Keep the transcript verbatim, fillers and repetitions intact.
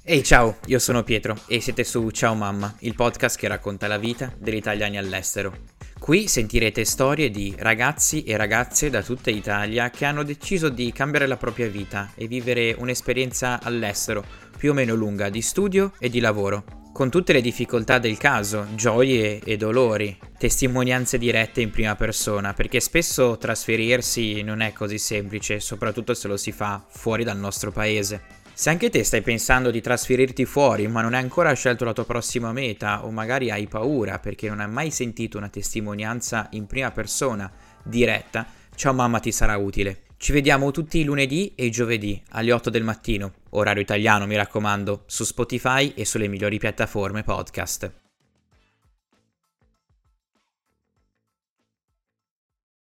Ehi ciao, io sono Pietro e siete su Ciao Mamma, il podcast che racconta la vita degli italiani all'estero. Qui sentirete storie di ragazzi e ragazze da tutta Italia che hanno deciso di cambiare la propria vita e vivere un'esperienza all'estero, più o meno lunga, di studio e di lavoro. Con tutte le difficoltà del caso, gioie e dolori, testimonianze dirette in prima persona, perché spesso trasferirsi non è così semplice, soprattutto se lo si fa fuori dal nostro paese. Se anche te stai pensando di trasferirti fuori ma non hai ancora scelto la tua prossima meta o magari hai paura perché non hai mai sentito una testimonianza in prima persona diretta, Ciao Mamma ti sarà utile. Ci vediamo tutti i lunedì e i giovedì alle otto del mattino, orario italiano mi raccomando, su Spotify e sulle migliori piattaforme podcast.